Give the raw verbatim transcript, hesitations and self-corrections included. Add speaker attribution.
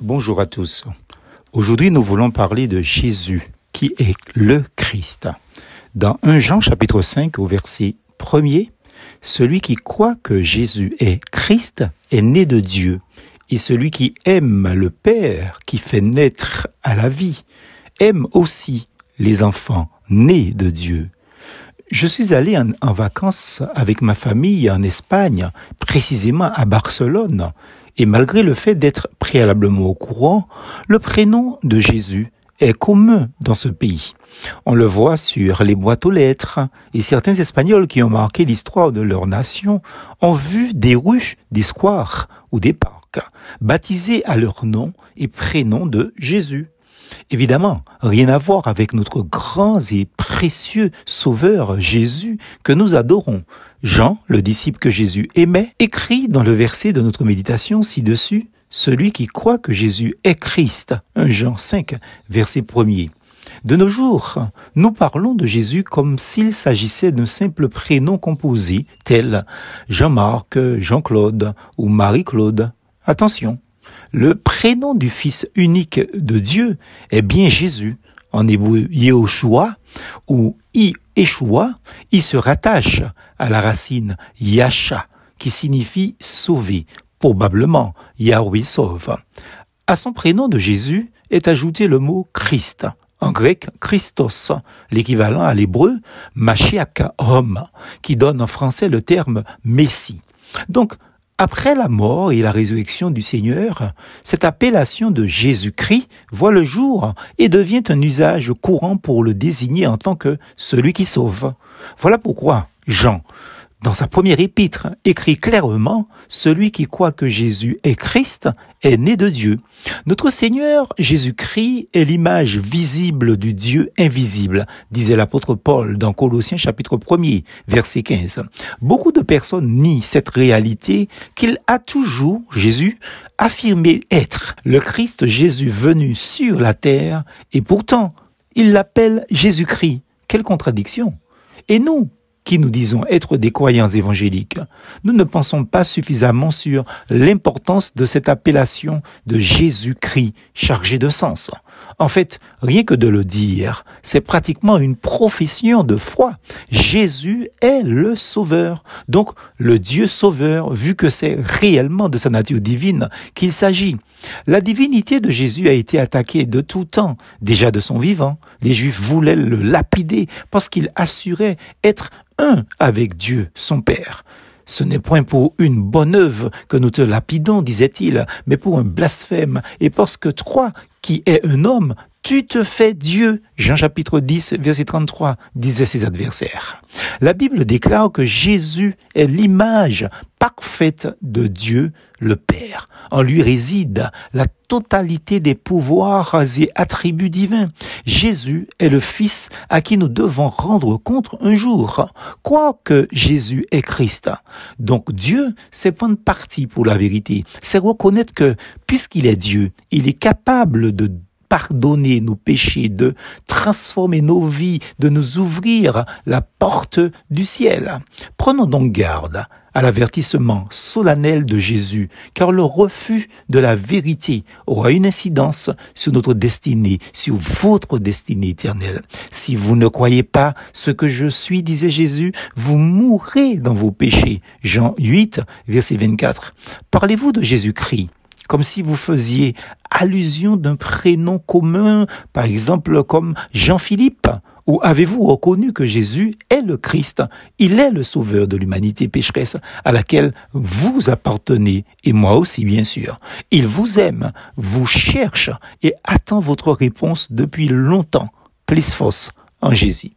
Speaker 1: Bonjour à tous. Aujourd'hui, nous voulons parler de Jésus, qui est le Christ. Dans premier Jean chapitre cinq, au verset premier, celui qui croit que Jésus est Christ est né de Dieu, et celui qui aime le Père qui fait naître à la vie aime aussi les enfants nés de Dieu. Je suis allé en, en vacances avec ma famille en Espagne, précisément à Barcelone, et malgré le fait d'être préalablement au courant, le prénom de Jésus est commun dans ce pays. On le voit sur les boîtes aux lettres, et certains Espagnols qui ont marqué l'histoire de leur nation ont vu des rues, des squares ou des parcs baptisés à leur nom et prénom de Jésus. Évidemment, rien à voir avec notre grand et précieux Sauveur Jésus que nous adorons. Jean, le disciple que Jésus aimait, écrit dans le verset de notre méditation ci-dessus, « Celui qui croit que Jésus est Christ » premier Jean cinq, verset premier. De nos jours, nous parlons de Jésus comme s'il s'agissait d'un simple prénom composé, tel Jean-Marc, Jean-Claude ou Marie-Claude. Attention! Le prénom du Fils unique de Dieu est bien Jésus. En hébreu, Yehoshua ou Yeshua, il se rattache à la racine Yasha, qui signifie sauver, probablement Yahweh sauve. À son prénom de Jésus est ajouté le mot Christ, en grec Christos, l'équivalent à l'hébreu Mashiach, homme, qui donne en français le terme Messie. Donc, après la mort et la résurrection du Seigneur, cette appellation de Jésus-Christ voit le jour et devient un usage courant pour le désigner en tant que celui qui sauve. Voilà pourquoi Jean, dans sa première épître, écrit clairement « Celui qui croit que Jésus est Christ est né de Dieu ». Notre Seigneur Jésus-Christ est l'image visible du Dieu invisible, disait l'apôtre Paul dans Colossiens chapitre un, verset quinze. Beaucoup de personnes nient cette réalité qu'il a toujours, Jésus, affirmé être le Christ Jésus venu sur la terre, et pourtant, il l'appelle Jésus-Christ. Quelle contradiction! Et nous, qui nous disons être des croyants évangéliques, nous ne pensons pas suffisamment sur l'importance de cette appellation de Jésus-Christ chargé de sens. En fait, rien que de le dire, c'est pratiquement une profession de foi. Jésus est le Sauveur, donc le Dieu Sauveur, vu que c'est réellement de sa nature divine qu'il s'agit. La divinité de Jésus a été attaquée de tout temps, déjà de son vivant. Les Juifs voulaient le lapider parce qu'il assurait être un avec Dieu, son Père. Ce n'est point pour une bonne œuvre que nous te lapidons, disait-il, mais pour un blasphème, et parce que toi, qui es un homme, tu te fais Dieu. Jean chapitre dix, verset trente-trois, disaient ses adversaires. La Bible déclare que Jésus est l'image parfaite de Dieu, le Père. En lui réside la totalité des pouvoirs et attributs divins. Jésus est le Fils à qui nous devons rendre compte un jour. Quoique Jésus est Christ. Donc Dieu, c'est prendre parti pour la vérité. C'est reconnaître que, puisqu'il est Dieu, il est capable de pardonner nos péchés, de transformer nos vies, de nous ouvrir la porte du ciel. Prenons donc garde à l'avertissement solennel de Jésus, car le refus de la vérité aura une incidence sur notre destinée, sur votre destinée éternelle. Si vous ne croyez pas ce que je suis, disait Jésus, vous mourrez dans vos péchés. Jean huit, verset vingt-quatre. Parlez-vous de Jésus-Christ comme si vous faisiez allusion d'un prénom commun, par exemple comme Jean-Philippe? Ou avez-vous reconnu que Jésus est le Christ? Il est le Sauveur de l'humanité pécheresse à laquelle vous appartenez, et moi aussi bien sûr. Il vous aime, vous cherche et attend votre réponse depuis longtemps. Plis fos en Jésus.